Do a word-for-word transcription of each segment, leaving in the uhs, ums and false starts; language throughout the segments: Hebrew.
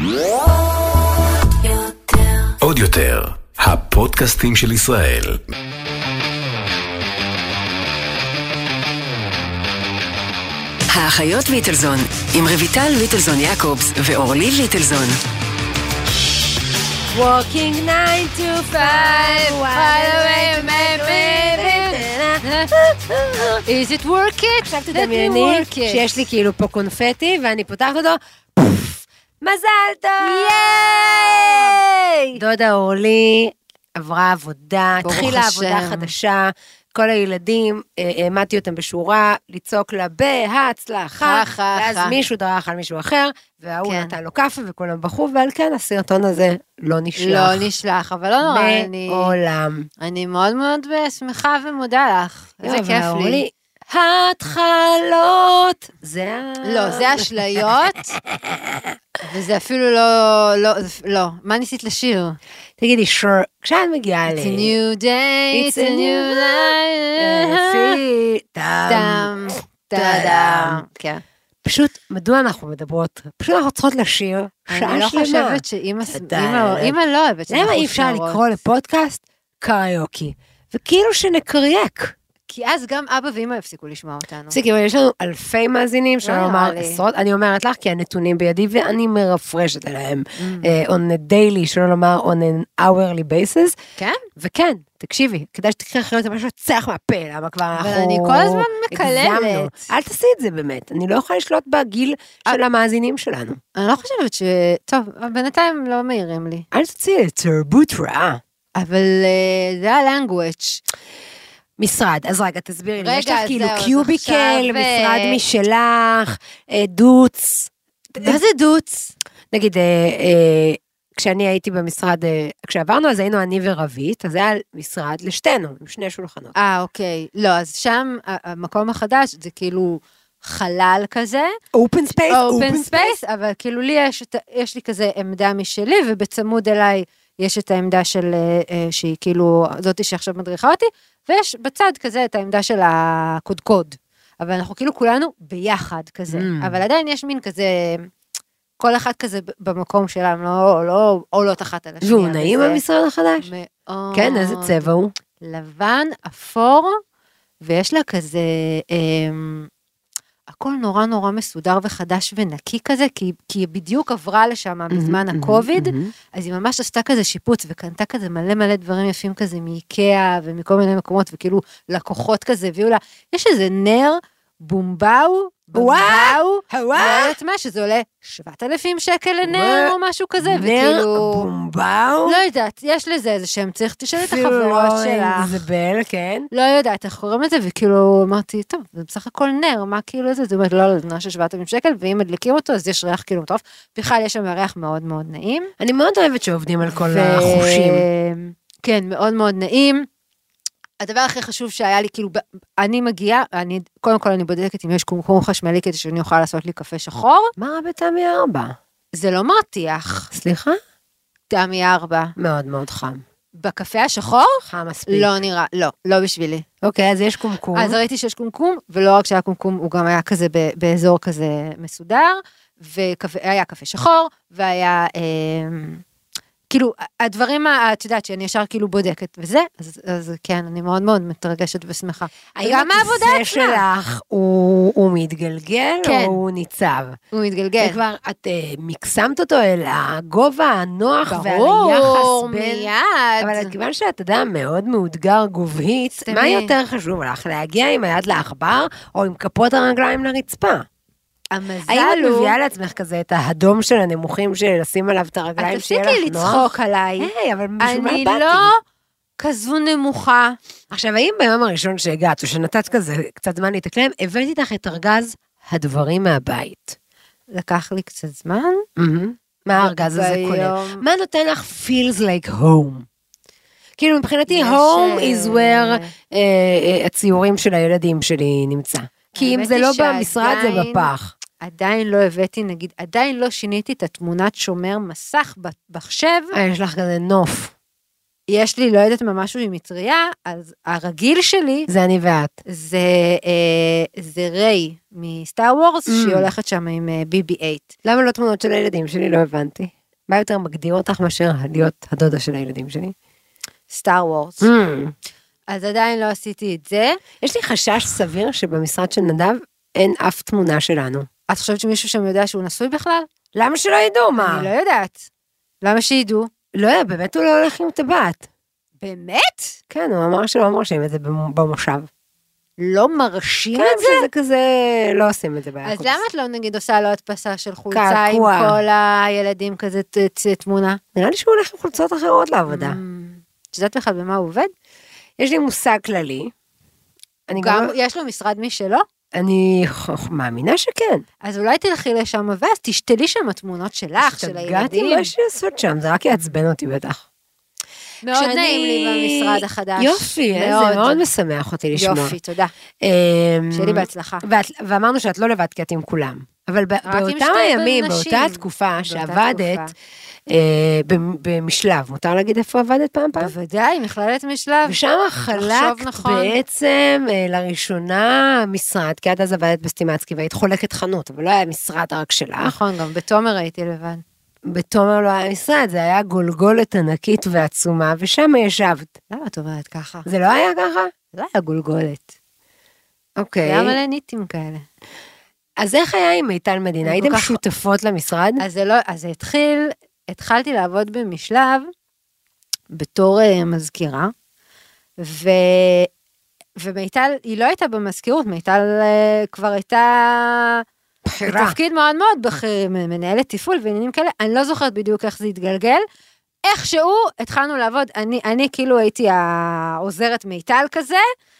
עוד יותר, הפודקאסטים של ישראל. האחיות ליטלזון, עם רויטל ליטלזון יעקובס ואורלי ליטלזון. Walking nine to five, wide away, baby. Is it work it? עכשיו תדמייני שיש לי כאילו פה קונפטי, ואני פותחת אותו, מזל טוב! ייי! דודה אורלי עברה עבודה, התחילה עבודה חדשה, כל הילדים, העמדתי אותם בשורה, לצעוק לה בהצלחה, ואז מישהו דרך על מישהו אחר, והוא נתן לו קפה וכולם בחו, ועל כן הסרטון הזה לא נשלח. לא נשלח, אבל לא נורא. מעולם. אני מאוד מאוד שמחה ומודה לך. איזה כיף לי. התחלות. זה לא, זה אשליות, וזה אפילו לא, לא, לא. מה ניסית לשיר? תגידי, שור, כשאת מגיעה ל... It's a new day, it's a new life. טאם, טאדם. כן. פשוט, מדוע אנחנו מדברות? פשוט אנחנו צריכות לשיר שעה שלמה. אני לא חושבת שאמא לא אוהבת. למה אי אפשר לקרוא לפודקאסט קריוקי? וכאילו שנקריאק. כי אז גם אבא ואמא יפסיקו לשמוע אותנו. פסיקי, אבל יש לנו אלפי מאזינים, שאני אומר עשרות, אני אומרת לך, כי הנתונים בידי, ואני מרפרשת עליהם, on a daily, שלא לומר, on an hourly basis. כן? וכן, תקשיבי, כדאי שתקחי אחרת, אבל יש לו צח מהפה, למה כבר אנחנו... אבל אני כל הזמן מקללת. אל תעשי את זה באמת, אני לא יכולה לשלוט בגיל של המאזינים שלנו. אני לא חושבת ש... טוב, בינתיים לא מהירים לי. אל תציעי, תרבות רעה. אבל זה הלנגוויץ'. משרד, אז רגע, תסבירי לי, יש לך כאילו קיוביקל, משרד משלך, דוץ. מה זה דוץ? נגיד, כשאני הייתי במשרד, כשעברנו, אז היינו אני ורבית, אז זה היה משרד לשתינו, עם שני שולחנות. אה, אוקיי. לא, אז שם, המקום החדש, זה כאילו חלל כזה. אופן ספייס, אופן ספייס, אבל כאילו לי יש לי כזה עמדה משלי, ובצמוד אליי יש את העמדה של, שהיא כאילו, זאתי שעכשיו מדריכה אותי, ויש בצד כזה את העמדה של הקודקוד, אבל אנחנו כאילו כולנו ביחד כזה, mm. אבל עדיין יש מין כזה, כל אחד כזה במקום שלהם, לא, לא עולות אחת על השנייה. והוא נעים במשרד החדש? מאוד. כן, איזה צבע הוא? לבן, אפור, ויש לה כזה, אמ, הכל נורא נורא מסודר וחדש ונקי כזה, כי, כי היא בדיוק עברה לשם בזמן הקוביד, אז היא ממש עשתה כזה שיפוץ, וקנתה כזה מלא מלא דברים יפים כזה, מאיקאה ומכל מיני מקומות, וכאילו לקוחות כזה, הביאו לה, יש איזה נר, בומבאו, וואו, לא יודעת מה, שזה עולה שבעת אלפים שקל לנר או משהו כזה, וכאילו... בומבאו? לא יודעת, יש לזה איזה שם, צריך תשאל את החברות שלך. זה בל, כן? לא יודעת, איך קוראים לזה, וכאילו אמרתי, טוב, זה בסך הכל נר, מה כאילו זה? זאת אומרת, לא, זה נר של שבעת אלפים שקל, ואם מדליקים אותו, אז יש ריח כאילו מטורף, בכלל יש שם ריח מאוד מאוד נעים. אני מאוד אוהבת שעובדים על כל החושים. כן, מאוד מאוד נעים. הדבר הכי חשוב שהיה לי, כאילו, אני מגיעה, אני, קודם כל אני בודקת אם יש קומקום חשמלי, כדי שאני אוכל לעשות לי קפה שחור. מה רע בתמי ארבע? זה לא מרתיח. סליחה? תמי ארבע. מאוד מאוד חם. בקפה השחור? חם מספיק. לא נראה, לא, לא בשבילי. אוקיי, אז יש קומקום. אז ראיתי שיש קומקום, ולא רק שהיה קומקום, הוא גם היה כזה באזור כזה מסודר, והיה קפה שחור, והיה... כאילו, הדברים, את יודעת, שאני ישר כאילו בודקת, וזה, אז, אז כן, אני מאוד מאוד מתרגשת ושמחה. גם העבודה עצמה. שלך, הוא, הוא מתגלגל, כן. או הוא ניצב? הוא מתגלגל. וכבר, את uh, מקסמת אותו אל הגובה הנוח, ברור, ועל היחס בין... מיד. אבל כיוון שאת אדם מאוד מאותגר גובהית, סתמי. מה יותר חשוב לך, להגיע עם היד לעכבר, או עם כפות הרגליים לרצפה? המזל האם את מביאה לעצמך כזה את האדום של הנמוכים של לשים עליו את הרגליים שיהיה לך נוח? את תפסיקי לצחוק עליי. היי, אבל משום מה באתי. אני לא כזו נמוכה. עכשיו, האם ביום הראשון שהגעת, או שנתת כזה קצת זמן להתאקלם, הבאתי איתך את ארגז הדברים מהבית? לקח לי קצת זמן. מה הארגז הזה כולל? מה נותן לך feels like home? כאילו, מבחינתי, home is where הציורים של הילדים שלי נמצא. כי אם זה לא במשרד, זה בפח. עדיין לא הבאתי, נגיד, עדיין לא שיניתי את התמונת שומר מסך בחשב. יש לך כזה נוף. יש לי, לא יודעת מה, משהו עם מטריה, אז הרגיל שלי, זה אני ואת. זה, אה, זה ריי מסטאר וורס, mm. שהיא הולכת שם עם בי בי אייט. למה לא תמונות של הילדים שלי? לא הבנתי. מה יותר מגדיר אותך מאשר להיות הדודה של הילדים שלי? סטאר וורס. Mm. אז עדיין לא עשיתי את זה. יש לי חשש סביר שבמשרד של נדב אין אף תמונה שלנו. את חושבת שמישהו שם יודע שהוא נשוי בכלל? למה שלא ידעו? מה? אני לא יודעת. למה שידעו? לא יודע, באמת הוא לא הולך עם טבעת. באמת? כן, הוא אמר שלא מרשים את זה במושב. לא מרשים כן, את זה? כן, שזה כזה, לא עושים את זה ביעקובס. אז למה את לא נגיד עושה לו הדפסה של חולצה עם כל הילדים כזה תמונה? נראה לי שהוא הולך עם חולצות אחרות לעבודה. את יודעת בכלל במה הוא עובד? יש לי מושג כללי. גם יש לו משרד משלו? אני מאמינה שכן. אז אולי תלכי לשם ואז תשתלי שם התמונות שלך, של הילדים. שתגעתי מה שיעשות שם, זה רק יעצבן אותי בטח. מאוד נעים לי במשרד החדש. יופי, זה מאוד משמח אותי לשמוע. יופי, תודה. שיהיה לי בהצלחה. ואמרנו שאת לא לבד, כי את עם כולם. אבל באותם הימים, באותה תקופה שעבדת, במשלב, מותר להגיד איפה עבדת פעם פעם? בוודאי, מכללת משלב. ושם חלקת בעצם לראשונה משרד, כי את אז עבדת בסטימצקי, והיית חולקת חנות, אבל לא היה משרד רק שלך. נכון, גם בתומר הייתי לבד. בתומר לא היה משרד, זה היה גולגולת ענקית ועצומה, ושם ישבת. למה את אומרת ככה? זה לא היה ככה? זה לא היה גולגולת. אוקיי. זה היה מלא ניטים כאלה. אז איך היה עם מיטל מדינה? הייתם שותפות למשרד? אז זה לא, אז זה התחיל, התחלתי לעבוד במשלב, בתור מזכירה, ו... ומיטל, היא לא הייתה במזכירות, מיטל כבר הייתה... בחירה. בתפקיד מאוד מאוד בכיר, מנהלת טיפול ועניינים כאלה, אני לא זוכרת בדיוק איך זה התגלגל, איכשהו התחלנו לעבוד, אני, אני כאילו הייתי העוזרת מיטל כזה,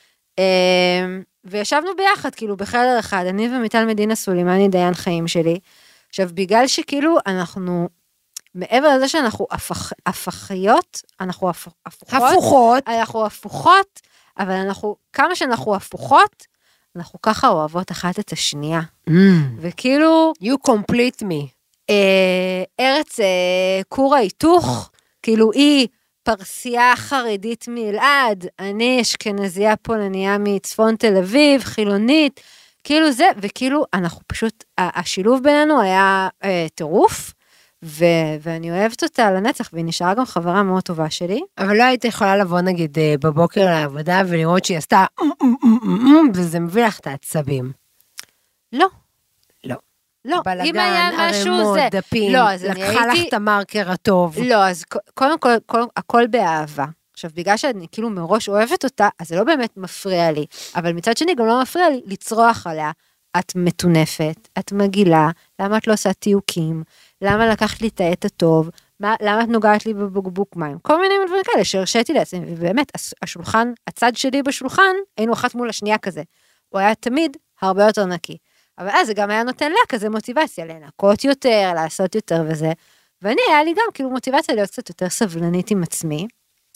וישבנו ביחד, כאילו בחדר אחד, אני ומיטל מדינה סולימני דיין חיים שלי, עכשיו בגלל שכאילו אנחנו, מעבר לזה שאנחנו הפך, הפכיות, אנחנו הפ, הפוכות, הפוכות, אנחנו הפוכות, אבל אנחנו, כמה שאנחנו הפוכות, אנחנו ככה אוהבות אחת את השנייה. Mm. וכאילו... You complete me. אה, ארץ אה, כור ההיתוך, כאילו היא פרסייה חרדית מאלעד, אני אשכנזיה פולניה מצפון תל אביב, חילונית, כאילו זה, וכאילו אנחנו פשוט, השילוב בינינו היה אה, טירוף, ו- ואני אוהבת אותה על הנצח, והיא נשארה גם חברה מאוד טובה שלי. אבל לא היית יכולה לבוא נגיד בבוקר לעבודה, ולראות שהיא עשתה, וזה מביא לך את העצבים. לא. לא. לא. בלגן, ערימות, דפים, לקחה לך את המרקר הטוב. לא, אז קודם כל, הכל באהבה. עכשיו, בגלל שאני כאילו מראש אוהבת אותה, אז זה לא באמת מפריע לי, אבל מצד שני גם לא מפריע לי לצרוח עליה. את מטונפת, את מגילה, למה את לא עושה תיוקים, למה לקחת לי את העת הטוב, מה, למה את נוגעת לי בבקבוק מים, כל מיני דברים כאלה שהרשיתי לעצמי, ובאמת, השולחן, הצד שלי בשולחן, היינו אחת מול השנייה כזה, הוא היה תמיד הרבה יותר נקי, אבל אז זה גם היה נותן לה כזה מוטיבציה, לנקות יותר, לעשות יותר וזה, ואני היה לי גם כאילו מוטיבציה להיות קצת יותר סבלנית עם עצמי,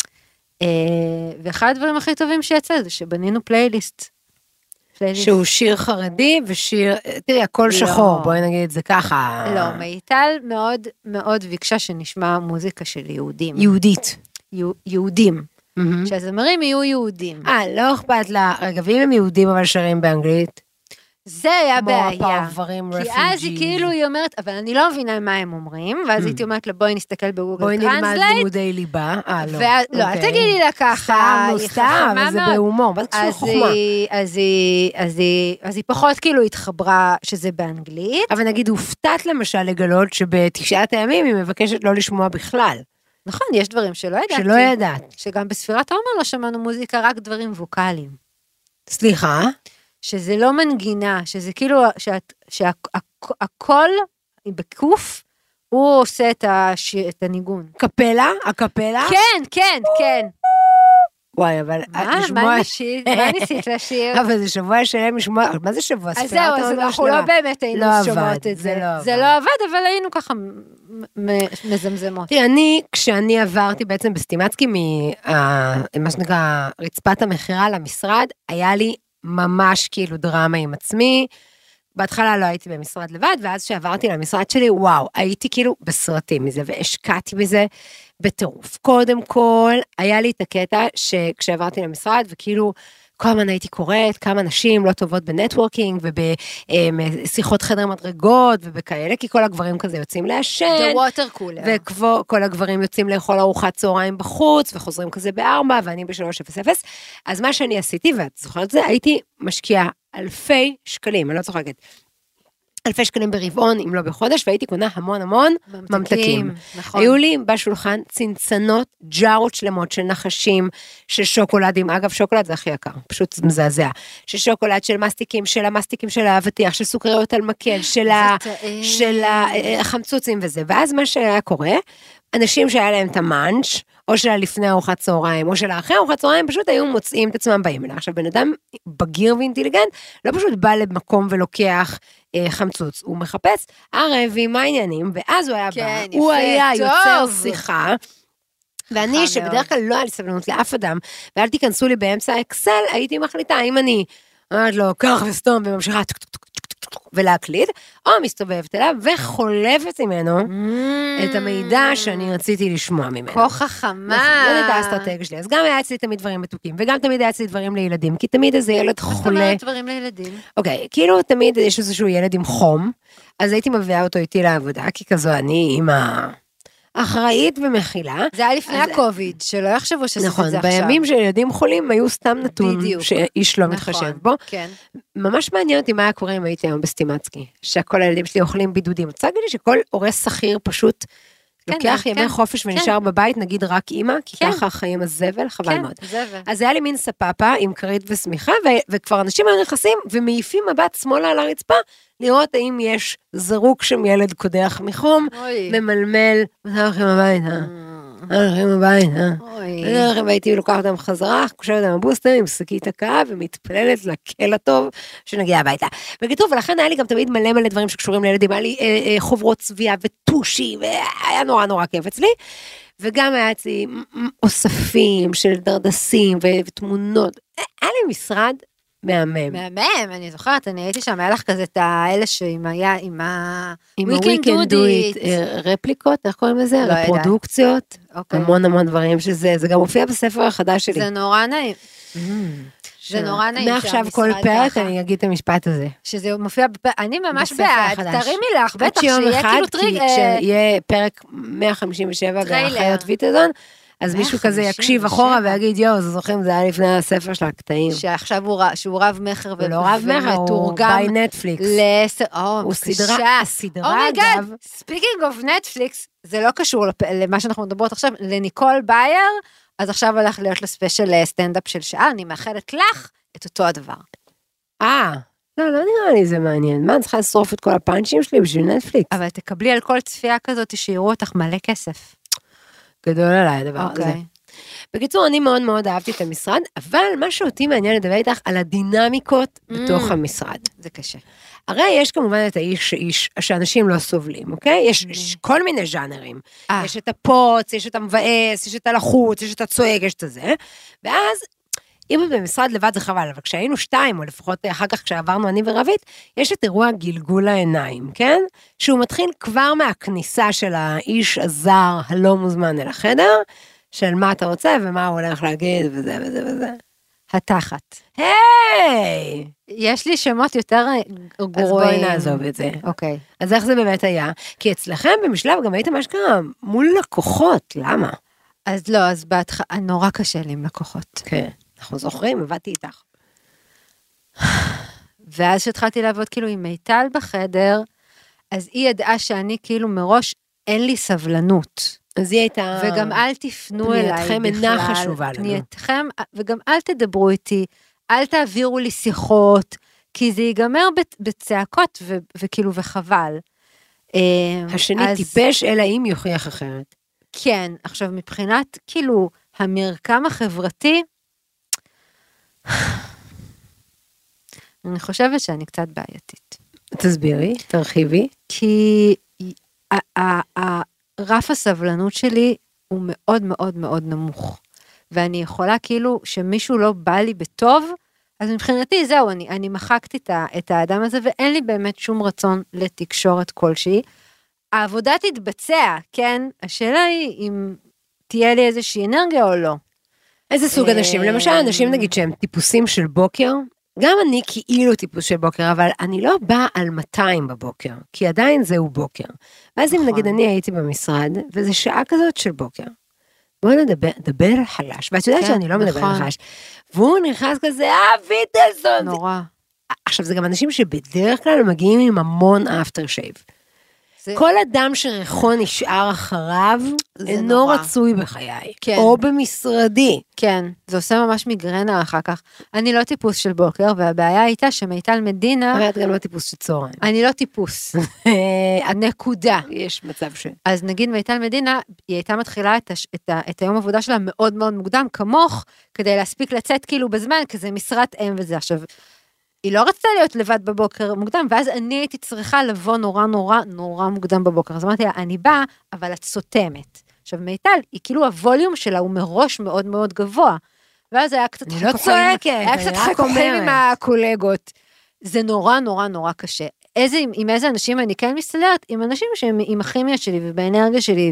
ואחד הדברים הכי טובים שיצא זה שבנינו פלייליסט, שהוא שיר חרדי ושיר, תראי, הכל שחור, בואי נגיד את זה ככה. לא, מיטל מאוד מאוד ביקשה שנשמע מוזיקה של יהודים. יהודית. יהודים. שהזמרים יהיו יהודים. אה, לא אכפת לה, רגע, ואם הם יהודים אבל שרים באנגלית? זה היה בעיה. פרברים, כי אז היא כאילו, היא אומרת, אבל אני לא מבינה מה הם אומרים, ואז הייתי אומרת לה, בואי נסתכל בגוגל טרנסלייט. בואי נלמד לימודי ליבה. אה, לא. לא, אל תגידי לה ככה. סתם, סתם, אבל זה בהומור. מה זה קשור חוכמה? אז היא פחות כאילו התחברה שזה באנגלית. אבל נגיד, הופתעת למשל לגלות שבתשעת הימים היא מבקשת לא לשמוע בכלל. נכון, יש דברים שלא ידעתי. שלא ידעת. שגם בספירת העומר לא שמענו מוזיקה, רק דברים ווקליים. סליחה? שזה לא מנגינה, שזה כאילו, שהכל בקוף, הוא עושה את הניגון. קפלה? הקפלה? כן, כן, כן. וואי, אבל... מה? מה ניסית לשיר? אבל זה שבוע שלם לשמוע, מה זה שבוע? אז זהו, אז אנחנו לא באמת היינו שומעות את זה. זה לא עבד, אבל היינו ככה מזמזמות. תראי, אני, כשאני עברתי בעצם בסטימצקי, מה שנקרא רצפת המחירה למשרד, היה לי ממש כאילו דרמה עם עצמי, בהתחלה לא הייתי במשרד לבד, ואז שעברתי למשרד שלי, וואו, הייתי כאילו בסרטים מזה, והשקעתי בזה בטירוף. קודם כל, היה לי את הקטע שכשעברתי למשרד, וכאילו, כל הזמן הייתי קוראת כמה נשים לא טובות בנטוורקינג, ובשיחות חדר מדרגות, ובכאלה, כי כל הגברים כזה יוצאים לעשן. The water cooler. וכל הגברים יוצאים לאכול ארוחת צהריים בחוץ, וחוזרים כזה בארבע, ואני בשלוש אפס אפס. אז מה שאני עשיתי, ואת זוכרת זה, הייתי משקיעה אלפי שקלים, אני לא צוחקת. אלפי שקלים ברבעון, אם לא בחודש, והייתי קונה המון המון ממתקים. נכון. היו לי בשולחן צנצנות, ג'ארות שלמות של נחשים, של שוקולדים, אגב שוקולד זה הכי יקר, פשוט מזעזע, של שוקולד, של מסטיקים, של המסטיקים של האבטיח, של סוכריות על מקל, של, ה... של החמצוצים וזה, ואז מה שהיה קורה, אנשים שהיה להם את המאנץ', או של לפני ארוחת צהריים, או של אחרי ארוחת צהריים, פשוט היו מוצאים את עצמם באים אליי. עכשיו, בן אדם בגיר ואינטליגנט, לא פשוט בא למקום ולוקח אה, חמצוץ, הוא מחפש, הרבי, מה העניינים, ואז הוא היה כן, בא, הוא היה טוב. יוצר שיחה, ואני, שבדרך כלל לא היה לי סבלנות לאף אדם, ואל תיכנסו לי באמצע האקסל, הייתי מחליטה, אם אני, אומרת לו, קח וסתום, וממשיכה, ולהקליד, או מסתובבת אליו, וחולפת ממנו את המידע שאני רציתי לשמוע ממנו. כה חכמה. זאת הייתה האסטרטגיה שלי. אז גם היה אצלי תמיד דברים מתוקים, וגם תמיד היה אצלי דברים לילדים, כי תמיד איזה ילד חולה. זאת אומרת דברים לילדים. אוקיי, כאילו תמיד יש איזשהו ילד עם חום, אז הייתי מביאה אותו איתי לעבודה, כי כזו אני עם ה... אחראית ומכילה. זה היה לפני הקוביד, שלא יחשבו שזה נכון, זה עכשיו. בימים של ילדים חולים היו סתם נתון בדיוק. שאיש לא נכון, מתחשב בו. כן. ממש מעניין אותי מה היה קורה אם הייתי היום בסטימצקי, שכל הילדים שלי אוכלים בידודים. רוצה להגיד לי שכל הורה שכיר פשוט כן, לוקח כן, ימי כן, חופש ונשאר כן. בבית, נגיד רק אימא, כי כן. ככה החיים הזבל, חבל כן, מאוד. זבל. אז היה לי מין ספפה עם כרית ושמיכה, ו- וכבר אנשים היו נכנסים ומעיפים מבט שמאלה על הרצפה, לראות האם יש זרוק שם ילד קודח מחום, אוי. ממלמל, הולכים הביתה, הולכים הביתה. אוי. הולכים, והייתי לוקחת אותם חזרה, קושרת עם הבוסטר, עם שקית הקאה, ומתפללת לקל הטוב, שנגיע הביתה. בקיצור, ולכן היה לי גם תמיד מלא מלא דברים שקשורים לילדים, היה לי אה, אה, חוברות צביעה וטושי, והיה נורא נורא כיף אצלי, וגם היה אצלי אוספים של דרדסים ו- ותמונות, היה לי משרד מהמם. מהמם, אני זוכרת, אני הייתי שם, היה לך כזה את האלה שעם היה, עם ה... עם We ה-We can do it, אה, רפליקות, איך קוראים לזה? לא רפרודוקציות, אוקיי. המון המון דברים שזה, זה גם מופיע בספר החדש שלי. זה נורא נעים. זה נורא נעים מעכשיו כל פרק אני אגיד את המשפט הזה. שזה מופיע בפרק, אני ממש בספר בעד, החדש. תרימי לך, בטח עד שיום שיהיה אחד, כאילו כי טריג... כשיהיה פרק מאה חמישים ושבע טריילר. באחיות ויטזון, אז מישהו כזה יקשיב אחורה ויגיד, יו, זה זוכרים, זה היה לפני הספר של הקטעים. שעכשיו הוא ר- שהוא רב מחר הוא לא רב מחר, הוא ומתורגם ביי נטפליקס. לעשר, או, הוא בבקשה. סדרה, הסדרה אגב. ספיקינג אוף נטפליקס, זה לא קשור לפ- למה שאנחנו מדברות עכשיו, לניקול בייר, אז עכשיו הולך להיות לספיישל סטנדאפ של שעה, אני מאחלת לך את אותו הדבר. אה, לא, לא נראה לי זה מעניין. מה, אני צריכה לשרוף את כל הפאנצ'ים שלי בשביל נטפליקס? אבל תקבלי על כל צפייה כזאת, שיראו אותך מלא כסף. גדול עליי הדבר הזה. אוקיי. בקיצור, אני מאוד מאוד אהבתי את המשרד, אבל מה שאותי מעניין לדבר איתך על הדינמיקות בתוך המשרד. זה קשה. הרי יש כמובן את האיש שאיש, שאנשים לא סובלים, אוקיי? יש, יש כל מיני ז'אנרים. אה. יש את הפוץ, יש את המבאס, יש את הלחוץ, יש את הצועק, יש את זה. ואז, אם במשרד לבד זה חבל, אבל כשהיינו שתיים, או לפחות אחר כך כשעברנו אני ורבית, יש את אירוע גלגול העיניים, כן? שהוא מתחיל כבר מהכניסה של האיש הזר הלא מוזמן אל החדר, של מה אתה רוצה ומה הוא הולך להגיד וזה וזה וזה. התחת. היי! יש לי שמות יותר גרועים. אז בואי נעזוב את זה. אוקיי. אז איך זה באמת היה? כי אצלכם במשלב גם הייתם אשכרה מול לקוחות, למה? אז לא, אז בהתחלה, נורא קשה לי עם לקוחות. כן, אנחנו זוכרים, עבדתי איתך. ואז שהתחלתי לעבוד כאילו עם מיטל בחדר, אז היא ידעה שאני כאילו מראש אין לי סבלנות. אז היא הייתה... וגם אל תפנו אליי בכלל. פנייתכם אינה חשובה לנו. פנייתכם, וגם אל תדברו איתי, אל תעבירו לי שיחות, כי זה ייגמר בצעקות ו- וכאילו וחבל. השני אז, טיפש אלא אם יוכיח אחרת. כן, עכשיו מבחינת כאילו המרקם החברתי, אני חושבת שאני קצת בעייתית. תסבירי, תרחיבי. כי ה- ה- ה- רף הסבלנות שלי הוא מאוד מאוד מאוד נמוך. ואני יכולה כאילו שמישהו לא בא לי בטוב, אז מבחינתי זהו, אני, אני מחקתי את, ה, את האדם הזה, ואין לי באמת שום רצון לתקשורת כלשהי. העבודה תתבצע, כן? השאלה היא אם תהיה לי איזושהי אנרגיה או לא. איזה סוג אנשים? למשל, אנשים נגיד שהם טיפוסים של בוקר, גם אני כאילו טיפוס של בוקר, אבל אני לא באה על מאתיים בבוקר, כי עדיין זהו בוקר. ואז אם נגיד אני הייתי במשרד, וזו שעה כזאת של בוקר, בואו נדבר, נדבר חלש, ואת יודעת שאני לא מדבר חלש, והוא נכנס כזה, אה, ויטלסון. נורא. עכשיו, זה גם אנשים שבדרך כלל מגיעים עם המון אפטר שייב. כל אדם שריחו נשאר אחריו, אינו רצוי בחיי, או במשרדי. כן, זה עושה ממש מיגרנה אחר כך. אני לא טיפוס של בוקר, והבעיה הייתה שמיטל מדינה... אבל את גם לא טיפוס של צהריים. אני לא טיפוס. הנקודה. יש מצב ש... אז נגיד מיטל מדינה, היא הייתה מתחילה את, הש... את, ה... את היום עבודה שלה מאוד מאוד מוקדם, כמוך, כדי להספיק לצאת כאילו בזמן, כזה משרת אם וזה. עכשיו, היא לא רצתה להיות לבד בבוקר מוקדם, ואז אני הייתי צריכה לבוא נורא נורא נורא מוקדם בבוקר. אז אמרתי לה, אני באה, אבל את סותמת. עכשיו, מיטל, היא כאילו הווליום שלה הוא מראש מאוד מאוד גבוה. ואז היה קצת אני לא צועקת, היה קצת חיכוכים עם הקולגות. זה נורא נורא נורא קשה. איזה, עם איזה אנשים אני כן מסתדרת? עם אנשים שהם עם הכימיה שלי ובאנרגיה שלי,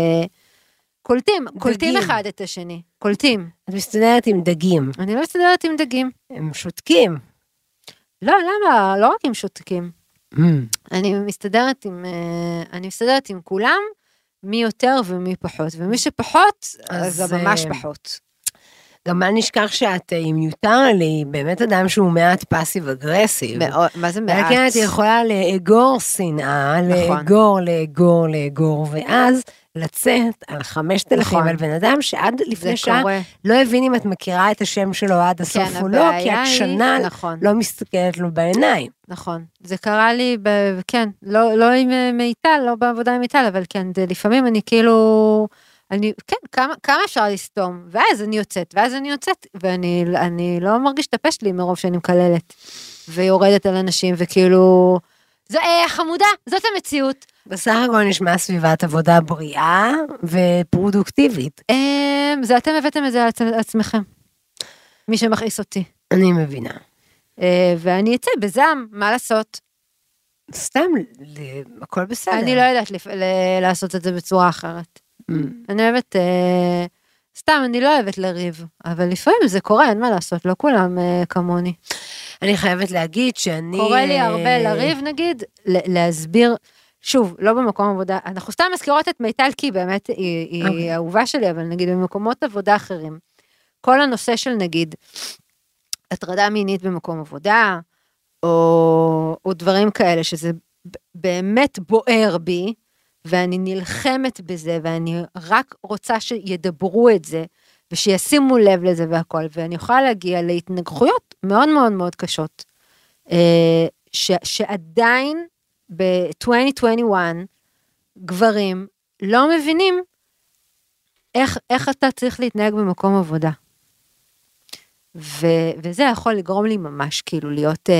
וקולטים, קולטים אחד את השני. קולטים. את מסתדרת עם דגים. אני לא מסתדרת עם דגים. הם שותקים. לא, למה? לא רק עם שותקים. Mm. אני מסתדרת עם, אני מסתדרת עם כולם, מי יותר ומי פחות, ומי שפחות, אז זה ממש פחות. גם מה נשכח שאת, אם יותר לי, באמת אדם שהוא מעט פאסיב אגרסיב. מה זה מעט? וכן, את יכולה לאגור שנאה, לאגור, לאגור, לאגור, ואז לצאת על חמשת אלפים על בן אדם שעד לפני שעה לא הבין אם את מכירה את השם שלו עד הסוף או לא, כי את שנה לא מסתכלת לו בעיניים. נכון, זה קרה לי, כן, לא עם מיטל, לא בעבודה עם מיטל, אבל כן, לפעמים אני כאילו... אני, כן, כמה, כמה אפשר לסתום, ואז אני יוצאת, ואז אני יוצאת, ואני אני לא מרגיש את הפה שלי מרוב שאני מקללת, ויורדת על אנשים, וכאילו, זה אה, חמודה, זאת המציאות. בסך הכל נשמע סביבת עבודה בריאה ופרודוקטיבית. אה, זה אתם הבאתם את זה על עצמכם, מי שמכעיס אותי. אני מבינה. אה, ואני אצא בזעם, מה לעשות? סתם, הכל בסדר. אני לא יודעת לפ... ל- לעשות את זה בצורה אחרת. אני אוהבת, אה, סתם, אני לא אוהבת לריב, אבל לפעמים זה קורה, אין מה לעשות, לא כולם אה, כמוני. אני חייבת להגיד שאני... קורה לי הרבה לריב, נגיד, להסביר, שוב, לא במקום עבודה, אנחנו סתם מזכירות את מיטל, כי באמת היא, היא okay. אהובה שלי, אבל נגיד במקומות עבודה אחרים, כל הנושא של נגיד, הטרדה מינית במקום עבודה, או, או דברים כאלה, שזה באמת בוער בי, ואני נלחמת בזה, ואני רק רוצה שידברו את זה, ושישימו לב לזה והכל, ואני יכולה להגיע להתנגחויות מאוד מאוד מאוד קשות, ש, שעדיין ב-עשרים עשרים ואחת, גברים לא מבינים איך, איך אתה צריך להתנהג במקום עבודה. ו, וזה יכול לגרום לי ממש כאילו להיות...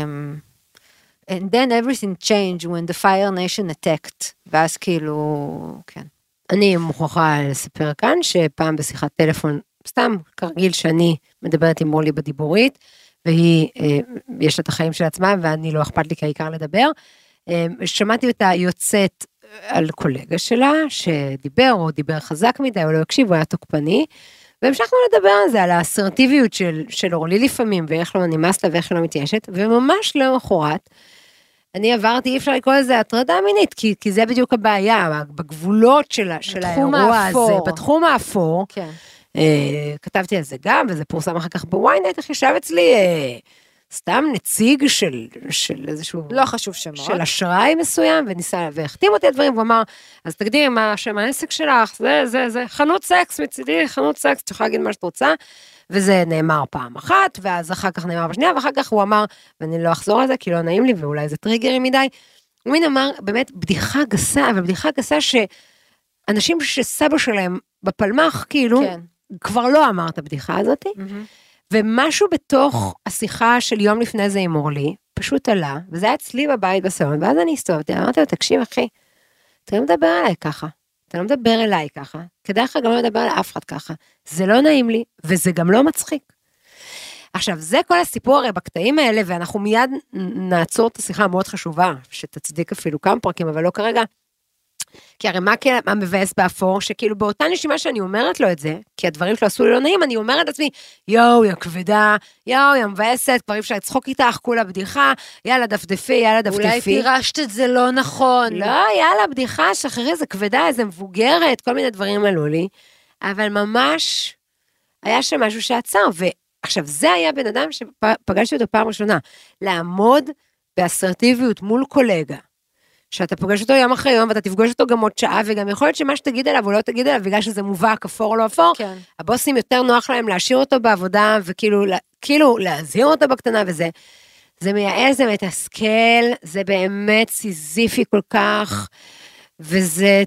And then everything changed when the Fire Nation attacked. ואז כאילו, כן. אני מוכרחה לספר כאן, שפעם בשיחת טלפון, סתם כרגיל שאני מדברת עם מולי בדיבורית, והיא, יש לה את החיים של עצמה, ואני לא אכפת לי כעיקר לדבר. שמעתי אותה יוצאת על קולגה שלה, שדיבר, או דיבר חזק מדי, או לא הקשיב, הוא היה תוקפני, והמשכנו לדבר על זה, על האסרטיביות של, של אורלי לפעמים, ואיך לא נמאס לה ואיך לא מתיישת, וממש למחרת, אני עברתי, אי אפשר לקרוא לזה הטרדה מינית, כי, כי זה בדיוק הבעיה, בגבולות של, של האירוע הזה, בתחום האפור, כן. אה, כתבתי על זה גם, וזה פורסם אחר כך בוויינט, איך ישב אצלי, אה, סתם נציג של, של איזשהו... לא חשוב שמות. של אשראי מסוים, וניסה, והחתים אותי את דברים, והוא אמר, אז תגדירי מה שם העסק שלך, זה, זה, זה, חנות סקס מצידי, חנות סקס, תוכל להגיד מה שאת רוצה, וזה נאמר פעם אחת, ואז אחר כך נאמר בשנייה, ואחר כך הוא אמר, ואני לא אחזור על זה, כי לא נעים לי, ואולי זה טריגרי מדי, הוא מין אמר, באמת, בדיחה גסה, אבל בדיחה גסה שאנשים שסבא שלהם בפלמח, כאילו, כן. כבר לא אמר את הבדיחה הזאת, mm-hmm. ומשהו בתוך השיחה של יום לפני זה עם אורלי, פשוט עלה, וזה היה אצלי בבית בסלון, ואז אני הסתובבתי, אמרתי לו, תקשיב אחי, אתה לא מדבר עליי ככה, אתה לא מדבר אליי ככה, כדאי לך גם לא לדבר על אף אחד ככה, זה לא נעים לי, וזה גם לא מצחיק. עכשיו, זה כל הסיפור הרי בקטעים האלה, ואנחנו מיד נעצור את השיחה המאוד חשובה, שתצדיק אפילו כמה פרקים, אבל לא כרגע. כי הרי מה, מה מבאס באפור, שכאילו באותה נשימה שאני אומרת לו את זה, כי הדברים שלו עשו לי לא נעים, אני אומרת לעצמי, יואו, יא כבדה, יואו, יא מבאסת, כבר אפשר לצחוק איתך, כולה בדיחה, יאללה דפדפי, יאללה דפדפי. אולי פירשת את זה לא נכון. לא, יאללה, בדיחה, שחררי, זה כבדה, איזה מבוגרת, כל מיני דברים עלו לי, אבל ממש היה שם משהו שעצר, ועכשיו זה היה בן אדם שפגשתי אותו פעם ראשונה, לעמוד באסרטיביות מול קולגה, שאתה פוגש אותו יום אחרי יום, ואתה תפגוש אותו גם עוד שעה, וגם יכול להיות שמה שתגיד עליו, הוא לא תגיד עליו, בגלל שזה מובהק, אפור או לא אפור, כן. הבוסים יותר נוח להם להשאיר אותו בעבודה, וכאילו, כאילו, להזהיר אותו בקטנה, וזה, זה מייעל, זה מתסכל, זה באמת סיזיפי כל כך, וזה,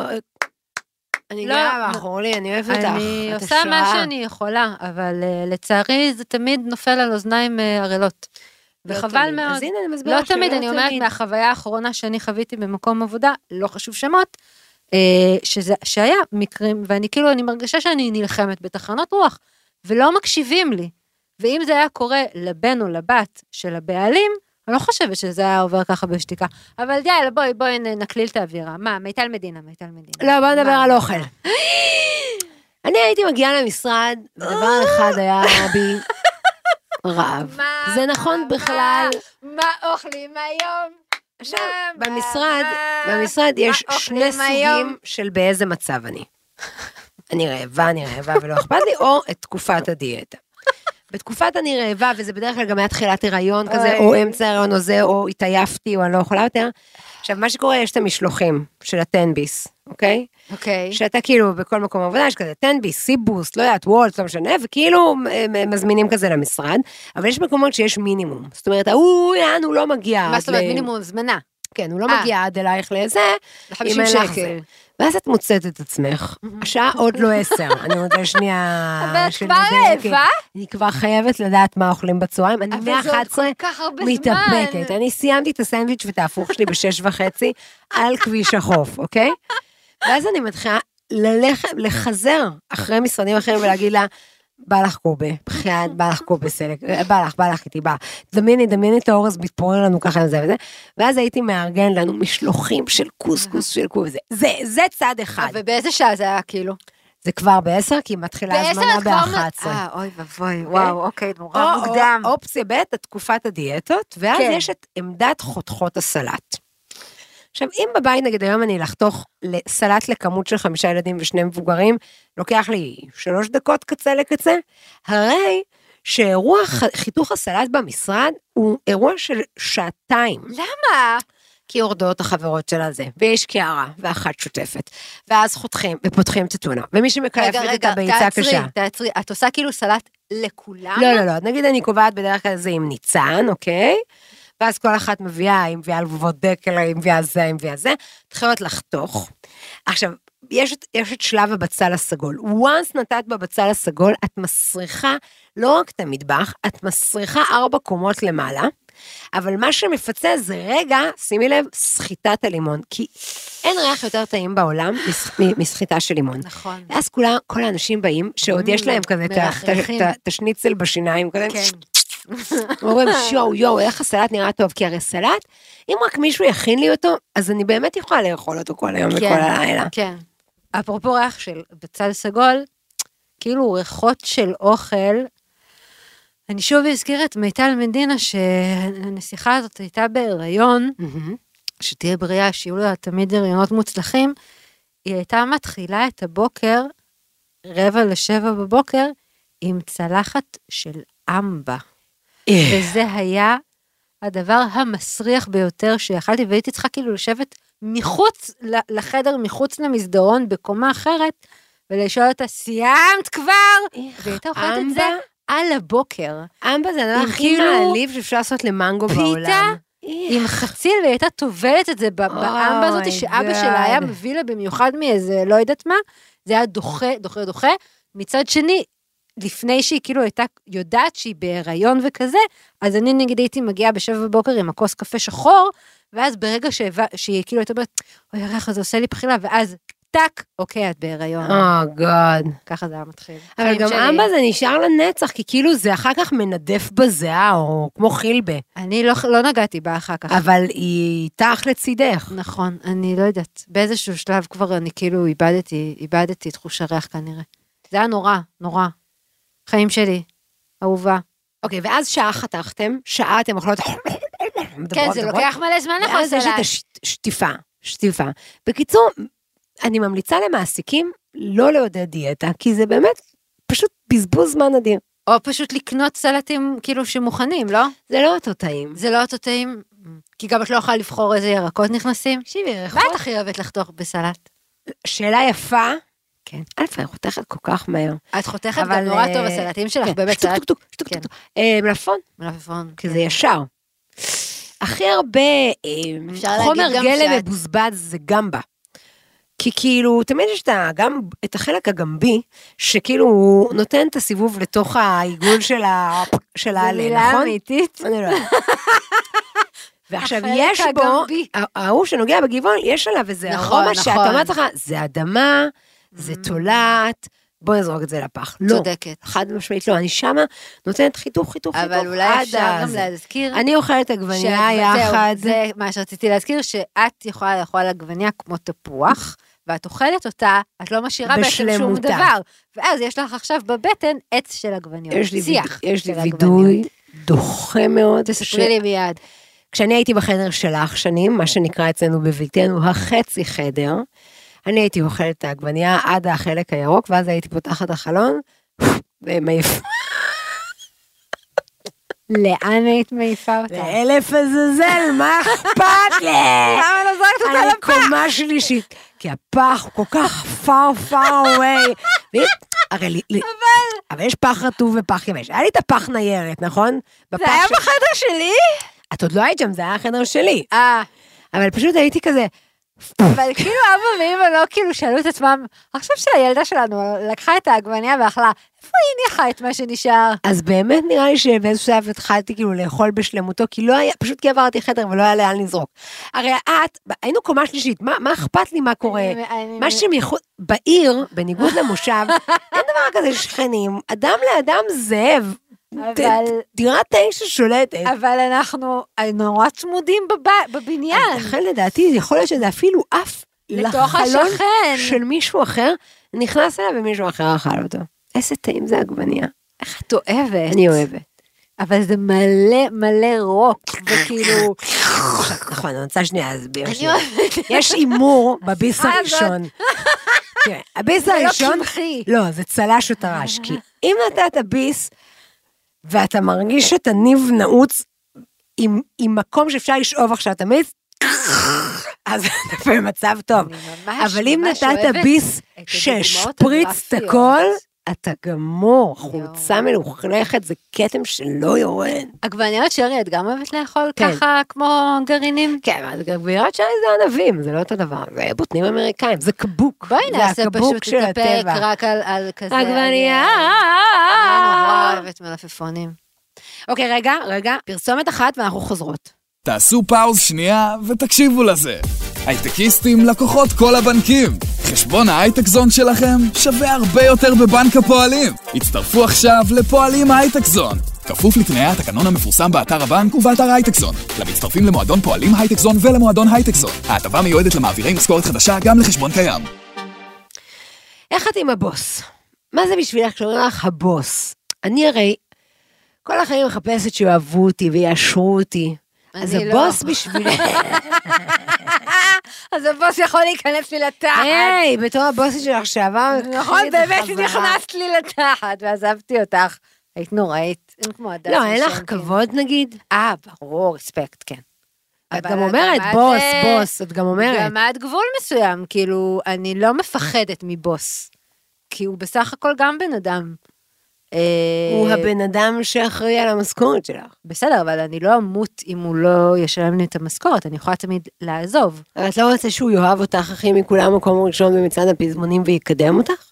אני לא, גאה באחור לי, אני אוהבת אותך. אני עושה מה שאני יכולה, אבל לצערי זה תמיד נופל על אוזניים ערלות. וחבל מאוד. אז הנה, אני מסבירה לא תמיד, אני אומרת, מהחוויה האחרונה שאני חוויתי במקום עבודה, לא חשוב שמות, שזה, שהיה מקרים, ואני כאילו, אני מרגישה שאני נלחמת בתחנות רוח, ולא מקשיבים לי. ואם זה היה קורה לבן או לבת של הבעלים, אני לא חושבת שזה היה עובר ככה בשתיקה. אבל יאללה, בואי, בואי נקליל את האווירה. מה, מיטל מדינה, מיטל מדינה. לא, בואי נדבר על אוכל. אני הייתי מגיעה למשרד, ודבר אחד היה בי רעב. זה נכון בכלל. מה אוכלים היום? עכשיו, במשרד, במשרד יש שני סוגים של באיזה מצב אני. אני רעבה, אני רעבה ולא אכפת לי, או את תקופת הדיאטה. בתקופת אני רעבה, וזה בדרך כלל גם היה תחילת הריון כזה, או אמצע הריון או זה, או התעייפתי, או אני לא יכולה יותר. עכשיו, מה שקורה, יש את המשלוחים של הטנביס, אוקיי? אוקיי. שאתה כאילו בכל מקום עבודה, יש כזה טנביס, סיבוס, לא יודעת, וולט, לא משנה, וכאילו מזמינים כזה למשרד, אבל יש מקומות שיש מינימום. זאת אומרת, הוא, יען, הוא לא מגיע. מה זאת אומרת, מינימום זמנה? כן, הוא לא מגיע עד אלייך לזה, ל-חמישים שקל. ואז את מוצאת את עצמך, השעה עוד לא עשר, אני רוצה שנייה... אבל את כבר רעבה? אני כבר חייבת לדעת מה אוכלים בצהריים, אני מאה-אחת עשרה מתאפקת, אני סיימתי את הסנדוויץ' ואת ההפוך שלי בשש וחצי, על כביש החוף, אוקיי? ואז אני מתחילה לחזר אחרי משרדים אחרים ולהגיד לה, בא לך קובה, בחייאת, בא לך קובה סלק, בא לך, בא לך איתי, בא. דמייני, דמייני את האורז מתפורר לנו ככה וזה וזה, ואז הייתי מארגן לנו משלוחים של קוסקוס של קובה, זה, זה צד אחד. ובאיזה שעה זה היה כאילו? זה כבר בעשר, כי מתחילה הזמנה באחת עשרה. אה, אוי ובוי, וואו, אוקיי, נורא מוקדם. אופציה ב', תקופת הדיאטות, ואז יש את עמדת חותכות הסלט. עכשיו, אם בבית נגד היום אני לחתוך סלט לכמות של חמישה ילדים ושני מבוגרים, לוקח לי שלוש דקות קצה לקצה, הרי שאירוע חיתוך הסלט במשרד הוא אירוע של שעתיים. למה? כי יורדות החברות של הזה, ויש קערה, ואחת שוטפת, ואז חותכים ופותחים את הטונה, ומי שמקלפת את הביצה קשה. רגע, רגע, תעצרי, את עושה כאילו סלט לכולם? לא, לא, לא, נגיד אני קובעת בדרך כלל זה עם ניצן, אוקיי? ואז כל אחת מביאה, היא מביאה לבבות דקל, היא מביאה זה, היא מביאה זה, תחילת לחתוך. עכשיו, יש, יש את שלב הבצל הסגול. once נתת בבצל הסגול, את מסריחה לא רק את המטבח, את מסריחה ארבע קומות למעלה, אבל מה שמפצה זה רגע, שימי לב, סחיטת הלימון, כי אין ריח יותר טעים בעולם מסחיטה של לימון. נכון. ואז כולה, כל האנשים באים, שעוד יש להם כזה את השניצל בשיניים, כזה, אומרים, שואו, יואו, איך הסלט נראה טוב, כי הרי סלט, אם רק מישהו יכין לי אותו, אז אני באמת יכולה לאכול אותו כל היום וכל הלילה. כן. אפרופו ריח של בצל סגול, כאילו ריחות של אוכל, אני שוב אזכיר את מיטל מדינה, שהנסיכה הזאת הייתה בהיריון, שתהיה בריאה, שיהיו לה תמיד הריונות מוצלחים, היא הייתה מתחילה את הבוקר, רבע לשבע בבוקר, עם צלחת של אמבה. וזה היה הדבר המסריח ביותר שיכלתי, והייתי צריכה כאילו לשבת מחוץ לחדר, מחוץ למסדרון, בקומה אחרת, ולשאול אותה, סיימת כבר? והייתה אוכלת את זה על הבוקר. אמבה זה הדבר הכי מעליב שאפשר לעשות למנגו בעולם. פיתה עם חציל, והיא הייתה טובלת את זה באמבה הזאת, שאבא שלה היה מביא לה במיוחד מאיזה, לא יודעת מה, זה היה דוחה, דוחה, דוחה. מצד שני, לפני שהיא כאילו הייתה יודעת שהיא בהיריון וכזה, אז אני נגיד הייתי מגיעה בשבע בבוקר עם הכוס קפה שחור, ואז ברגע שהיא כאילו הייתה אומרת, אוי, הריח הזה עושה לי בחילה, ואז טק, אוקיי, את בהיריון. אה, גוד. ככה זה היה מתחיל. אבל גם אמבה זה נשאר לנצח, כי כאילו זה אחר כך מנדף בזיעה, או כמו חילבה. אני לא, לא נגעתי בה אחר כך. אבל היא איתך לצידך. נכון, אני לא יודעת. באיזשהו שלב כבר אני כאילו איבדתי, איבדתי תחוש הריח כנראה. זה היה נורא, נורא. חיים שלי, אהובה. אוקיי, ואז שעה חתכתם, שעה אתם אוכלות... כן, זה לוקח מלא זמן לך ואז יש את השטיפה, שטיפה. בקיצור, אני ממליצה למעסיקים לא לעודד דיאטה, כי זה באמת פשוט בזבוז זמן אדיר. או פשוט לקנות סלטים כאילו שמוכנים, לא? זה לא אותו טעים. זה לא אותו טעים, כי גם את לא יכולה לבחור איזה ירקות נכנסים. תקשיבי, ירקות. מה את הכי אוהבת לחתוך בסלט? שאלה יפה. כן. אלף, אני חותכת כל כך מהר. את חותכת גם נורא טוב, הסלטים שלך באמת סלט. שטוק, שטוק, שטוק, שטוק. מלפפון. מלפפון. כי זה ישר. הכי הרבה חומר גלם מבוזבז זה גמבה. כי כאילו, תמיד יש את החלק הגמבי, שכאילו הוא נותן את הסיבוב לתוך העיגול של העלה, נכון? זה מילה אמיתית. אני לא יודעת. ועכשיו יש בו, ההוא שנוגע בגבעון, יש עליו איזה ארומה שאתה אומרת לך, זה אדמה, זה תולעת, בוא נזרוק את זה לפח. לא. צודקת. חד משמעית לא, אני שמה נותנת חיתוך, חיתוך, חיתוך. אבל אולי אפשר גם להזכיר. אני אוכלת עגבניה יחד. זה מה שרציתי להזכיר, שאת יכולה לאכול עגבניה כמו תפוח, ואת אוכלת אותה, את לא משאירה בעצם שום דבר. ואז יש לך עכשיו בבטן עץ של עגבניות. יש לי וידוי דוחה מאוד. תספרי לי מיד. כשאני הייתי בחדר שלך שנים, מה שנקרא אצלנו בביתנו, החצי חדר, אני הייתי אוכלת את העגבניה עד החלק הירוק, ואז הייתי פותחת החלון, ומעיפה. לאן היית מעיפה אותה? לאלף עזאזל, מה אכפת לי? למה לא זרקת אותה לפח? אני קומה שלישית, כי הפח כל כך far far away. אבל יש פח רטוב ופח יבש. היה לי את הפח ניירת, נכון? זה היה בחדר שלי? את עוד לא היית שם, זה היה החדר שלי. אה. אבל פשוט הייתי כזה... אבל כאילו אבא ואמא לא כאילו שאלו את עצמם, עכשיו שהילדה שלנו לקחה את העגבניה ואכלה, איפה היא ניחה את מה שנשאר? אז באמת נראה לי שבאיזשהו שלב התחלתי כאילו לאכול בשלמותו, כי לא היה, פשוט כי עברתי חדר ולא היה לאן לזרוק. הרי את, היינו קומה שלישית, מה, מה אכפת לי מה קורה? מה שמייחוד, בעיר, בניגוד למושב, אין דבר כזה שכנים, אדם לאדם זאב. אבל... דירת תשע שולטת. אבל אנחנו נורא צמודים בבניין. לכן לדעתי, יכול להיות שזה אפילו אף לחלון של מישהו אחר, נכנס אליו ומישהו אחר אכל אותו. איזה טעים זה עגבניה. איך את אוהבת? אני אוהבת. אבל זה מלא מלא רוק, וכאילו... נכון, אני רוצה שנייה להסביר. יש אימור בביס הראשון. הביס הראשון... לא, זה צלש או טרש, כי אם נתת ביס... ואתה מרגיש שאתה ניב נעוץ עם, עם מקום שאפשר לשאוב עכשיו תמיד, אז אתה במצב טוב. אבל אם נתת ביס ששפריץ את הכל, אתה גמור, חולצה מלוכלכת, זה קטם שלא יורד. עגבניות שרי, את גם אוהבת לאכול ככה כמו גרעינים? כן, עגבניות שרי זה ענבים, זה לא אותו דבר, זה בוטנים אמריקאים, זה קבוק. בואי נעשה פשוט את הפרק רק על כזה. עגבניה. אני נורא אוהבת מלפפונים. אוקיי, רגע, רגע, פרסומת אחת ואנחנו חוזרות. תעשו פאוז שנייה ותקשיבו לזה. הייטקיסטים לקוחות כל הבנקים. חשבון ההייטק זון שלכם שווה הרבה יותר בבנק הפועלים. הצטרפו עכשיו לפועלים הייטק זון. כפוף לתנאי התקנון המפורסם באתר הבנק ובאתר הייטק זון. למצטרפים למועדון פועלים הייטק זון ולמועדון הייטק זון. ההטבה מיועדת למעבירי משכורת חדשה גם לחשבון קיים. איך את עם הבוס? מה זה בשבילך כשאומרים לך הבוס? אני הרי כל החיים מחפשת שאוהבו אותי ויאשרו אותי. אז הבוס בשבילך. אז הבוס יכול להיכנס לי לתחת. היי, בתור הבוסית שלך שעבר. נכון, באמת נכנסת לי לתחת, ועזבתי אותך. היית נוראית, אין כמו הדס. לא, אין לך כבוד נגיד? אה, ברור, רספקט, כן. את גם אומרת, בוס, בוס, את גם אומרת. גם עד גבול מסוים, כאילו, אני לא מפחדת מבוס. כי הוא בסך הכל גם בן אדם. הוא הבן אדם שאחראי על המשכורת שלך. בסדר, אבל אני לא אמות אם הוא לא ישלם לי את המשכורת, אני יכולה תמיד לעזוב. אבל את לא רוצה שהוא יאהב אותך הכי מכולם מקום ראשון במצעד הפזמונים ויקדם אותך?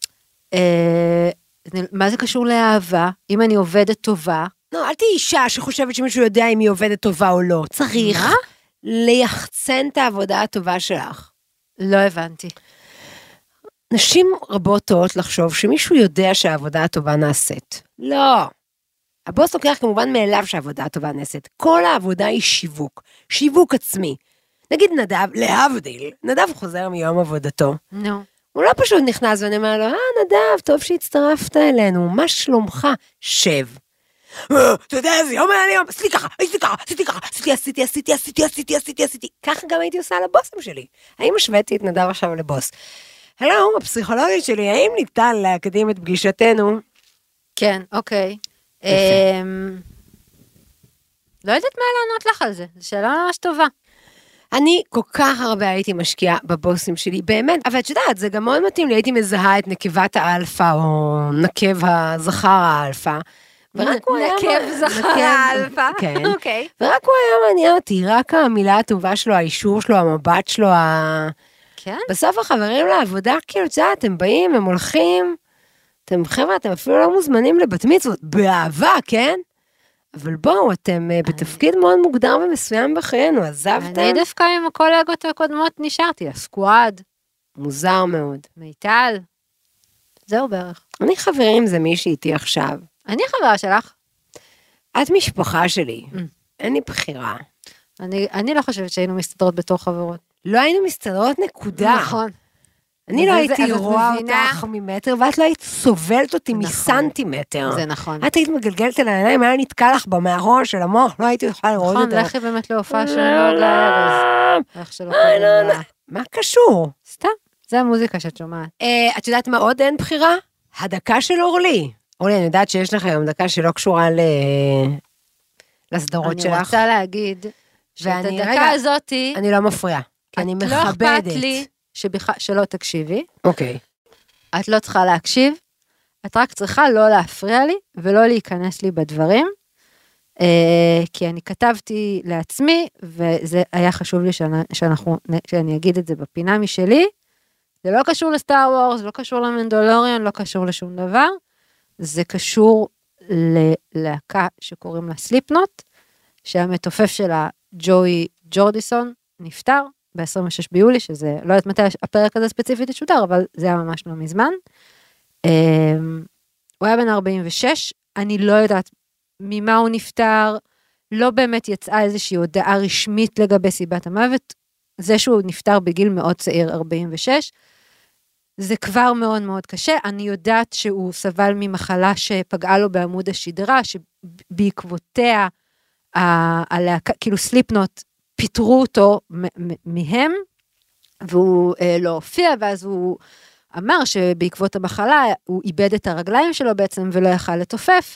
מה זה קשור לאהבה? אם אני עובדת טובה? לא, אל תהי אישה שחושבת שמישהו יודע אם היא עובדת טובה או לא. צריך ליחצן את העבודה הטובה שלך. לא הבנתי. נשים רבות טועות לחשוב שמישהו יודע שהעבודה הטובה נעשית. לא. הבוס לוקח כמובן מאליו שהעבודה הטובה נעשית. כל העבודה היא שיווק, שיווק עצמי. נגיד נדב, להבדיל, נדב חוזר מיום עבודתו. נו. הוא לא פשוט נכנס ואני אומר לו, אה, נדב, טוב שהצטרפת אלינו, מה שלומך? שב. אתה יודע איזה יום היה לי יום, עשיתי ככה, עשיתי ככה, עשיתי ככה, עשיתי, עשיתי, עשיתי, עשיתי, עשיתי, עשיתי, עשיתי. ככה גם הייתי עושה לבוסים שלי. האם השוויתי את נדב עכשיו לבוס? הלו, הפסיכולוגית שלי, האם ניתן להקדים את פגישתנו? כן, אוקיי. לא יודעת מה לענות לך על זה, זו שאלה ממש טובה. אני כל כך הרבה הייתי משקיעה בבוסים שלי, באמת, אבל את יודעת, זה גם מאוד מתאים לי, הייתי מזהה את נקבת האלפא, או נקב הזכר האלפא, ורק הוא היה... נקב זכר האלפא, כן, אוקיי. ורק הוא היה מעניין אותי, רק המילה הטובה שלו, האישור שלו, המבט שלו, ה... כן? בסוף החברים לעבודה, כאילו, את יודעת, הם באים, הם הולכים, אתם חבר'ה, אתם אפילו לא מוזמנים לבת מצוות, באהבה, כן? אבל בואו, אתם בתפקיד מאוד מוגדר ומסוים בחיינו, עזבתם? אני דווקא עם הקולגות הקודמות נשארתי, הסקואד. מוזר מאוד. מיטל. זהו בערך. אני חברים זה מישהי איתי עכשיו. אני חברה שלך. את משפחה שלי. אין לי בחירה. אני, אני לא חושבת שהיינו מסתדרות בתור חברות. לא היינו מסתדרות נקודה. נכון. אני לא הייתי רואה אותך ממטר, ואת לא היית סובלת אותי מסנטימטר. זה נכון. את היית מגלגלת על העיניים, היה נתקע לך במאחור של המוח, לא הייתי יכולה לראות אותך. נכון, לכי באמת להופעה של נוגה ארז. איך שלא קוראים. מה קשור? סתם, זה המוזיקה שאת שומעת. את יודעת מה עוד אין בחירה? הדקה של אורלי. אורלי, אני יודעת שיש לך היום דקה שלא קשורה לסדרות שלך. אני רוצה להגיד, שאת הדקה הזאת, אני לא מפריעה, כי אני מכבדת. לא אכפת לי שלא תקשיבי. אוקיי. את לא צריכה להקשיב, את רק צריכה לא להפריע לי, ולא להיכנס לי בדברים, כי אני כתבתי לעצמי, וזה היה חשוב לי שאנחנו, שאני אגיד את זה בפינה משלי, זה לא קשור לסטאר וורס, לא קשור למנדלוריון, לא קשור לשום דבר, זה קשור ללהקה שקוראים לה סליפנוט, שהמתופף שלה, ג'וי ג'ורדיסון, נפטר ב-עשרים ושש ביולי, שזה לא יודעת מתי הפרק הזה ספציפית ישודר, אבל זה היה ממש לא מזמן. הוא היה בן ארבעים ושש, אני לא יודעת ממה הוא נפטר, לא באמת יצאה איזושהי הודעה רשמית לגבי סיבת המוות, זה שהוא נפטר בגיל מאוד צעיר, ארבעים ושש, זה כבר מאוד מאוד קשה, אני יודעת שהוא סבל ממחלה שפגעה לו בעמוד השדרה, שבעקבותיה, הלהקה, כאילו סליפנוט, פיתרו אותו מהם, והוא לא הופיע, ואז הוא אמר שבעקבות המחלה, הוא איבד את הרגליים שלו בעצם, ולא יכל לתופף,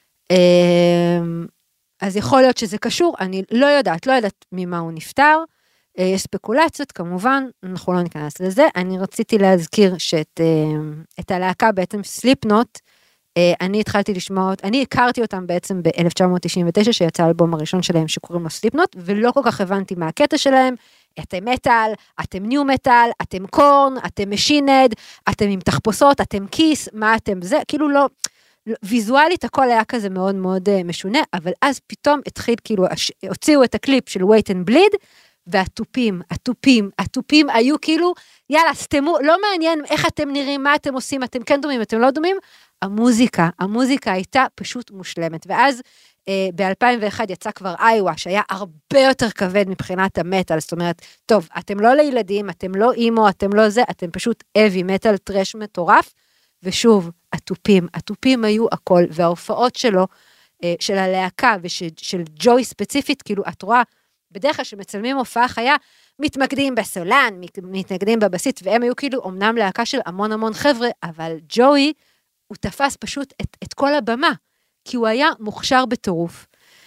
אז יכול להיות שזה קשור, אני לא יודעת, לא יודעת ממה הוא נפטר, יש ספקולציות כמובן, אנחנו לא ניכנס לזה, אני רציתי להזכיר שאת את הלהקה בעצם סליפנוט, אני התחלתי לשמוע, אני הכרתי אותם בעצם ב-אלף תשע מאות תשעים ותשע, שיצא האלבום הראשון שלהם שקוראים לו סליפנוט, ולא כל כך הבנתי מה הקטע שלהם, אתם מטל, אתם ניו מטל, אתם קורן, אתם משינד, אתם עם תחפושות, אתם כיס, מה אתם זה, כאילו לא, ויזואלית הכל היה כזה מאוד מאוד משונה, אבל אז פתאום התחיל, כאילו, הוציאו את הקליפ של Wait and Bleed, והטופים, הטופים, הטופים היו כאילו, יאללה, סתמו, לא מעניין איך אתם נראים, מה אתם עושים, אתם כן דומים, אתם לא דומים, המוזיקה, המוזיקה הייתה פשוט מושלמת, ואז אה, ב-אלפיים ואחת יצא כבר איווה, שהיה הרבה יותר כבד מבחינת המטל, זאת אומרת, טוב, אתם לא לילדים, אתם לא אימו, אתם לא זה, אתם פשוט אבי, מטל, טרש מטורף, ושוב, הטופים, הטופים היו הכל, וההופעות שלו, אה, של הלהקה, ושל ג'וי ספציפית, כאילו, את רואה, בדרך כלל שמצלמים הופעה חיה, מתמקדים בסולן, מתנגדים בבסית, והם היו כאילו אומנם להקה של המון המון חבר'ה, אבל ג'וי, הוא תפס פשוט את, את כל הבמה, כי הוא היה מוכשר בטירוף.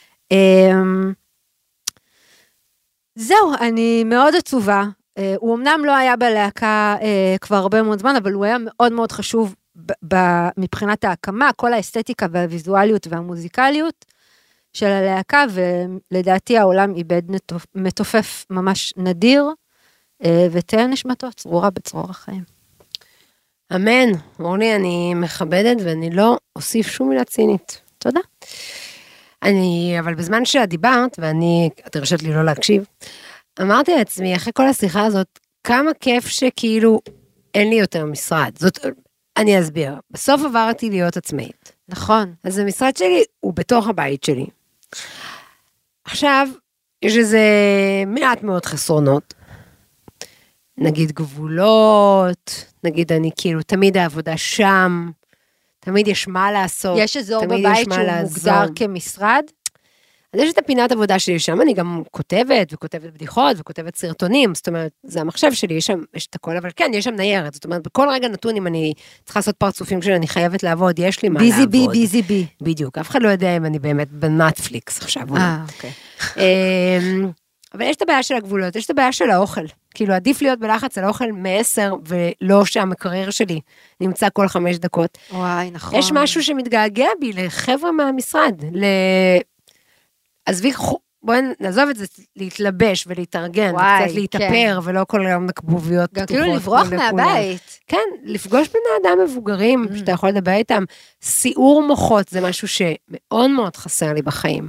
זהו, אני מאוד עצובה, הוא אמנם לא היה בלהקה כבר הרבה מאוד זמן, אבל הוא היה מאוד מאוד חשוב מבחינת ההקמה, כל האסתטיקה והוויזואליות והמוזיקליות של הלהקה, ולדעתי העולם איבד מתופף ממש נדיר, ותהיה נשמתו צרורה בצרור החיים. אמן, אורלי, אני מכבדת ואני לא אוסיף שום מילה צינית. תודה. אני, אבל בזמן שאת דיברת, ואני, את הרשת לי לא להקשיב, אמרתי לעצמי, אחרי כל השיחה הזאת, כמה כיף שכאילו, אין לי יותר משרד. זאת, אני אסביר. בסוף עברתי להיות עצמאית. נכון. אז המשרד שלי הוא בתוך הבית שלי. עכשיו, יש איזה מעט מאוד חסרונות. נגיד גבולות, נגיד אני כאילו, תמיד העבודה שם, תמיד יש מה לעשות. יש אזור בבית שהוא מוגדר כמשרד? אז יש את הפינת עבודה שלי שם, אני גם כותבת, וכותבת בדיחות, וכותבת סרטונים, זאת אומרת, זה המחשב שלי, יש שם, יש את הכל, אבל כן, יש שם ניירת, זאת אומרת, בכל רגע נתון, אם אני צריכה לעשות פרצופים שלי, אני חייבת לעבוד, יש לי מה לעבוד. ביזי בי, ביזי בי. בדיוק, אף אחד לא יודע אם אני באמת בנטפליקס עכשיו. אה, אוקיי. אבל יש את הבעיה של הגבולות, יש את הבעיה של האוכל. כאילו, עדיף להיות בלחץ על האוכל מעשר, ולא שהמקרר שלי נמצא כל חמש דקות. וואי, נכון. יש משהו שמתגעגע בי לחבר'ה מהמשרד, ל... עזבי, בואי נעזוב את זה, להתלבש ולהתארגן, וואי, וקצת להתאפר, כן. ולא כל היום נקבוביות גם כאילו לברוח מהבית. כן, לפגוש בני אדם מבוגרים, mm. שאתה יכול לדבר איתם. סיעור מוחות זה משהו שמאוד מאוד חסר לי בחיים.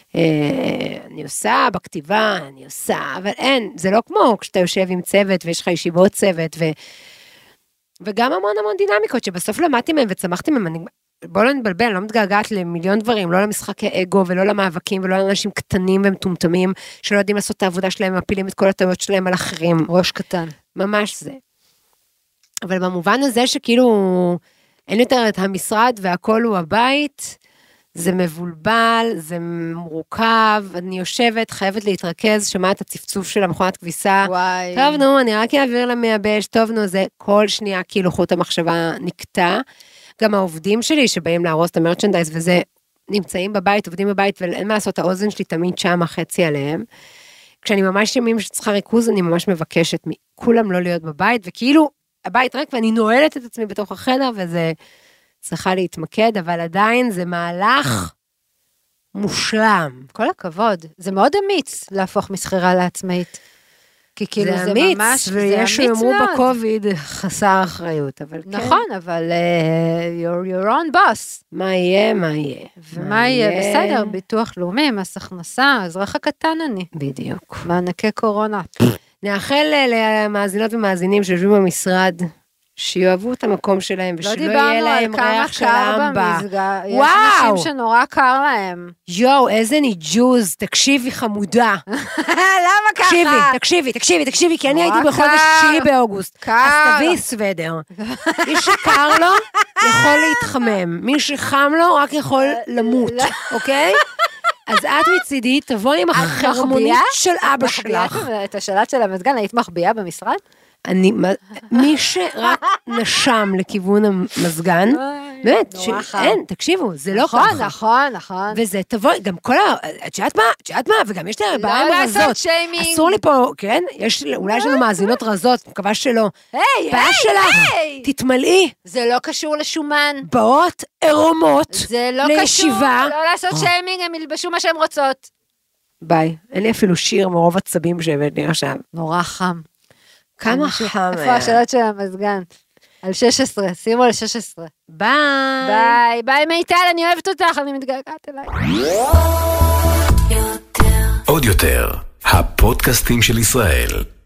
אני עושה בכתיבה, אני עושה, אבל אין, זה לא כמו כשאתה יושב עם צוות, ויש לך ישיבות צוות, ו... וגם המון המון דינמיקות, שבסוף למדתי מהם וצמחתי מהם, אני... בואו לא נתבלבל, לא מתגעגעת למיליון דברים, לא למשחקי אגו, ולא למאבקים, ולא לאנשים קטנים ומטומטמים, שלא יודעים לעשות את העבודה שלהם, מפילים את כל הטעויות שלהם על אחרים. ראש קטן. ממש זה. אבל במובן הזה שכאילו, אין יותר את המשרד, והכל הוא הבית, זה מבולבל, זה מורכב, אני יושבת, חייבת להתרכז, שומעת את הצפצוף של המכונת כביסה, וואי. טוב נו, אני רק אעביר למייבש, טוב נו, זה כל שנייה כאילו חוט המחשבה נקטע, גם העובדים שלי שבאים להרוס את המרצ'נדייז וזה, נמצאים בבית, עובדים בבית, ואין מה לעשות, האוזן שלי תמיד שם החצי עליהם, כשאני ממש ימים שצריכה ריכוז, אני ממש מבקשת מכולם לא להיות בבית, וכאילו הבית ריק, ואני נועלת את עצמי בתוך החדר, וזה צריכה להתמקד, אבל עדיין זה מהלך מושלם. כל הכבוד, זה מאוד אמיץ להפוך מסחרה לעצמאית. כי כאילו זה, זה אמיץ, ממש, ויש שאומרו בקוביד חסר אחריות, אבל כן. נכון, אבל uh, you're your own boss. מה יהיה, מה יהיה. ומה יהיה, בסדר, ביטוח לאומי, מס הכנסה, אזרח הקטן אני. בדיוק. מענקי קורונה. נאחל למאזינות ומאזינים שיושבים במשרד, שיאהבו את המקום שלהם, ושלא יהיה להם ריח של אמבה. יש אנשים שנורא קר להם. יואו, איזה ניג'וז, תקשיבי חמודה. למה ככה? תקשיבי, תקשיבי, תקשיבי, תקשיבי, כי אני הייתי בחודש תשיעי באוגוסט. אז תביא סוודר. מי שקר לו, יכול להתחמם. מי שחם לו, רק יכול למות, אוקיי? אז את מצידי, תבואי עם החרמונית של אבא שלך. את השלט של המזגן, היית מחביאה במשרד? אני, מי שרק נשם לכיוון המזגן, באמת, אין, תקשיבו, זה לא ככה. נכון, נכון, נכון. וזה תבוא, גם כל ה... את יודעת מה? את יודעת מה? וגם יש לי ארבעה עם רזות. לא לעשות שיימינג. אסור לי פה, כן? אולי יש לנו מאזינות רזות, מקווה שלא. היי, היי, היי. תתמלאי. זה לא קשור לשומן. באות עירומות לישיבה. זה לא קשור, לא לעשות שיימינג, הם ילבשו מה שהן רוצות. ביי, אין לי אפילו שיר מרוב עצבים שהבאת לי עכשיו. נורא חם. כמה חם. איפה השאלות של המזגן? על שש עשרה, שימו על שש עשרה. ביי. ביי, ביי מיטל, אני אוהבת אותך, אני מתגעגעת אליי. עוד יותר, הפודקאסטים של ישראל.